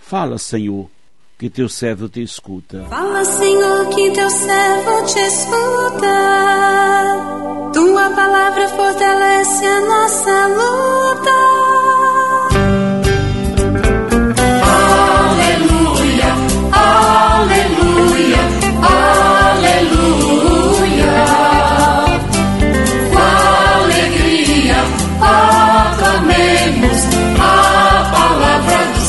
Fala, Senhor, que teu servo te escuta. Fala, Senhor, que teu servo te escuta. Tua palavra fortalece a nossa luta. Aleluia, aleluia, aleluia. Com alegria aclamemos a palavra do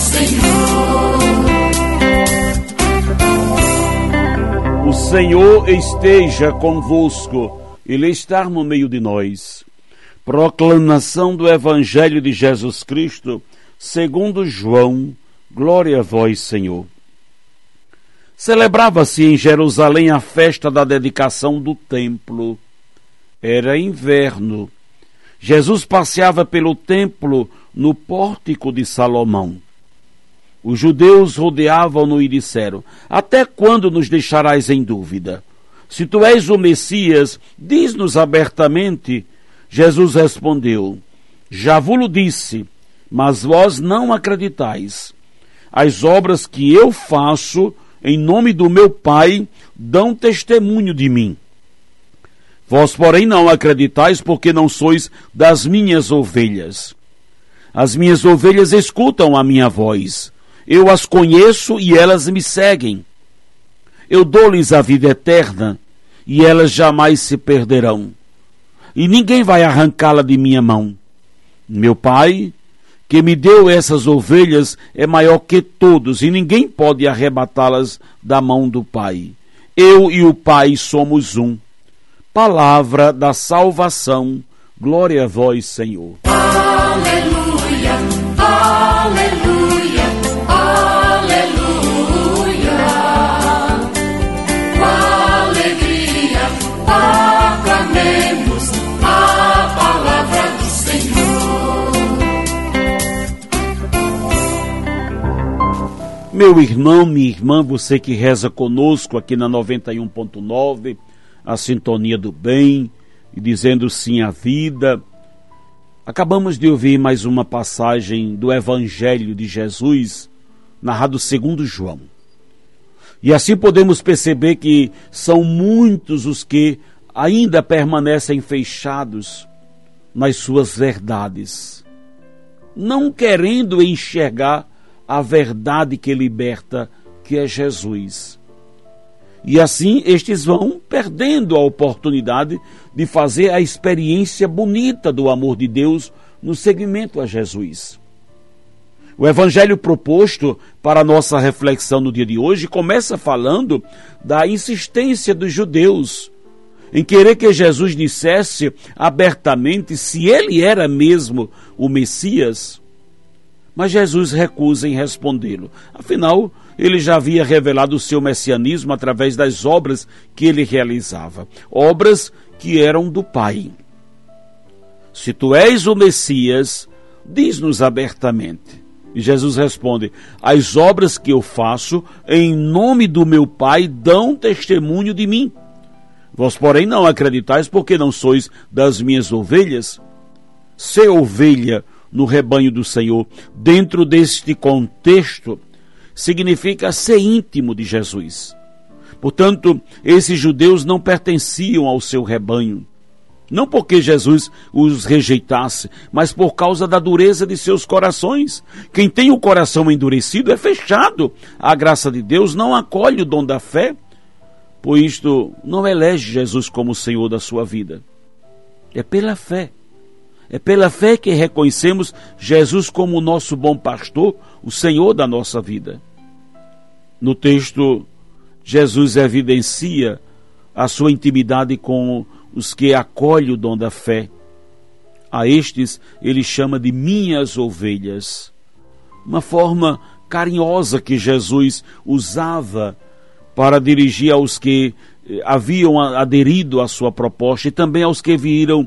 Senhor. O Senhor esteja convosco. Ele está no meio de nós. Proclamação do Evangelho de Jesus Cristo, segundo João. Glória a vós, Senhor. Celebrava-se em Jerusalém a festa da dedicação do templo. Era inverno. Jesus passeava pelo templo no pórtico de Salomão. Os judeus rodeavam-no e disseram: até quando nos deixarás em dúvida? Se tu és o Messias, diz-nos abertamente. Jesus respondeu: já vos disse, mas vós não acreditais. As obras que eu faço em nome do meu Pai dão testemunho de mim. Vós, porém, não acreditais, porque não sois das minhas ovelhas. As minhas ovelhas escutam a minha voz. Eu as conheço e elas me seguem. Eu dou-lhes a vida eterna, e elas jamais se perderão. E ninguém vai arrancá-la de minha mão. Meu Pai, que me deu essas ovelhas, é maior que todos, e ninguém pode arrebatá-las da mão do Pai. Eu e o Pai somos um. Palavra da salvação. Glória a vós, Senhor. Aleluia, aleluia, aleluia. Com alegria aclamemos a palavra do Senhor. Meu irmão, minha irmã, você que reza conosco aqui na 91.9, a sintonia do bem, e dizendo sim à vida. Acabamos de ouvir mais uma passagem do Evangelho de Jesus, narrado segundo João. E assim podemos perceber que são muitos os que ainda permanecem fechados nas suas verdades, não querendo enxergar a verdade que liberta, que é Jesus. E assim estes vão perdendo a oportunidade de fazer a experiência bonita do amor de Deus no seguimento a Jesus. O evangelho proposto para a nossa reflexão no dia de hoje começa falando da insistência dos judeus em querer que Jesus dissesse abertamente se ele era mesmo o Messias. Mas Jesus recusa em respondê-lo. Afinal, ele já havia revelado o seu messianismo através das obras que ele realizava. Obras que eram do Pai. Se tu és o Messias, diz-nos abertamente. E Jesus responde: as obras que eu faço em nome do meu Pai dão testemunho de mim. Vós, porém, não acreditais, porque não sois das minhas ovelhas. Ser ovelha no rebanho do Senhor, dentro deste contexto, significa ser íntimo de Jesus. Portanto, esses judeus não pertenciam ao seu rebanho. Não porque Jesus os rejeitasse, mas por causa da dureza de seus corações. Quem tem o coração endurecido é fechado. A graça de Deus não acolhe o dom da fé, pois isto não elege Jesus como Senhor da sua vida. É pela fé. É pela fé que reconhecemos Jesus como o nosso bom pastor, o Senhor da nossa vida. No texto, Jesus evidencia a sua intimidade com os que acolhem o dom da fé. A estes ele chama de minhas ovelhas. Uma forma carinhosa que Jesus usava para dirigir aos que haviam aderido à sua proposta e também aos que viram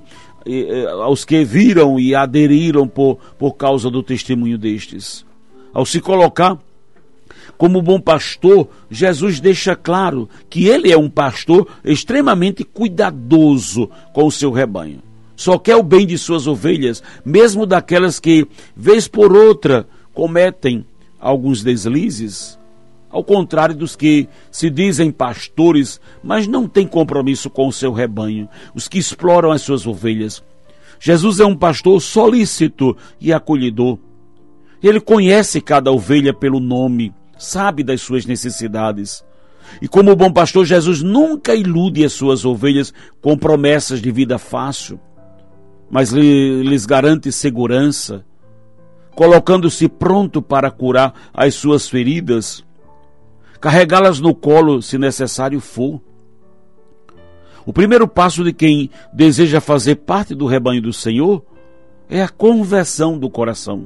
e aderiram por causa do testemunho destes. Ao se colocar como bom pastor, Jesus deixa claro que ele é um pastor extremamente cuidadoso com o seu rebanho. Só quer o bem de suas ovelhas, mesmo daquelas que, vez por outra, cometem alguns deslizes, ao contrário dos que se dizem pastores, mas não têm compromisso com o seu rebanho, os que exploram as suas ovelhas. Jesus é um pastor solícito e acolhedor. Ele conhece cada ovelha pelo nome, sabe das suas necessidades. E como bom pastor, Jesus nunca ilude as suas ovelhas com promessas de vida fácil, mas lhes garante segurança, colocando-se pronto para curar as suas feridas, carregá-las no colo se necessário for. O primeiro passo de quem deseja fazer parte do rebanho do Senhor é a conversão do coração.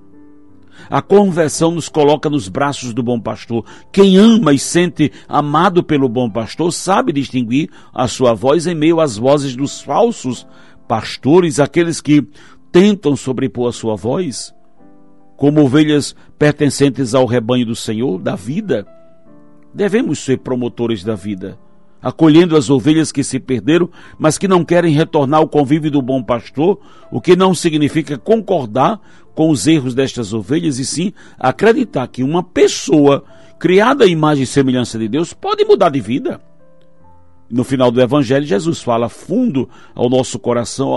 A conversão nos coloca nos braços do bom pastor. Quem ama e sente amado pelo bom pastor sabe distinguir a sua voz em meio às vozes dos falsos pastores, aqueles que tentam sobrepor a sua voz. Como ovelhas pertencentes ao rebanho do Senhor, da vida, devemos ser promotores da vida, acolhendo as ovelhas que se perderam, mas que não querem retornar ao convívio do bom pastor, o que não significa concordar com os erros destas ovelhas, e sim acreditar que uma pessoa criada à imagem e semelhança de Deus pode mudar de vida. No final do Evangelho, Jesus fala fundo ao nosso coração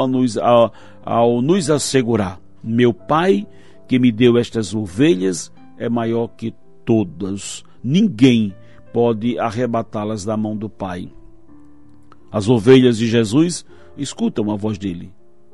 ao nos assegurar: meu Pai que me deu estas ovelhas é maior que todas. Ninguém pode arrebatá-las da mão do Pai. As ovelhas de Jesus escutam a voz dele.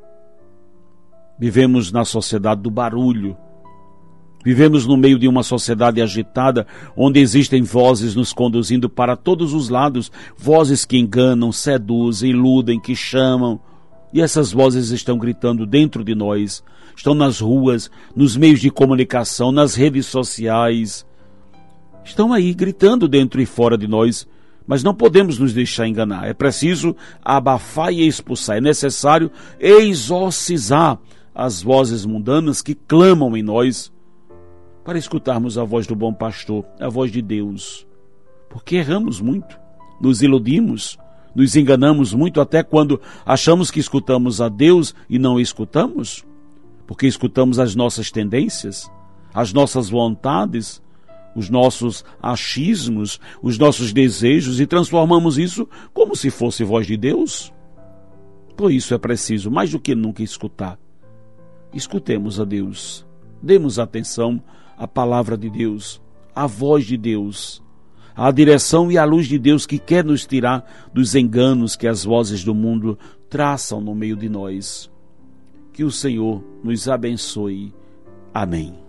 Vivemos na sociedade do barulho. Vivemos no meio de uma sociedade agitada, onde existem vozes nos conduzindo para todos os lados, vozes que enganam, seduzem, iludem, que chamam. E essas vozes estão gritando dentro de nós, estão nas ruas, nos meios de comunicação, nas redes sociais. Estão aí gritando dentro e fora de nós, mas não podemos nos deixar enganar. É preciso abafar e expulsar. É necessário exorcizar as vozes mundanas que clamam em nós, para escutarmos a voz do bom pastor, a voz de Deus. Porque erramos muito, nos iludimos, nos enganamos muito, até quando achamos que escutamos a Deus e não escutamos, porque escutamos as nossas tendências, as nossas vontades, os nossos achismos, os nossos desejos, e transformamos isso como se fosse voz de Deus. Por isso é preciso, mais do que nunca, escutar. Escutemos a Deus, demos atenção à palavra de Deus, à voz de Deus, à direção e à luz de Deus que quer nos tirar dos enganos que as vozes do mundo traçam no meio de nós. Que o Senhor nos abençoe. Amém.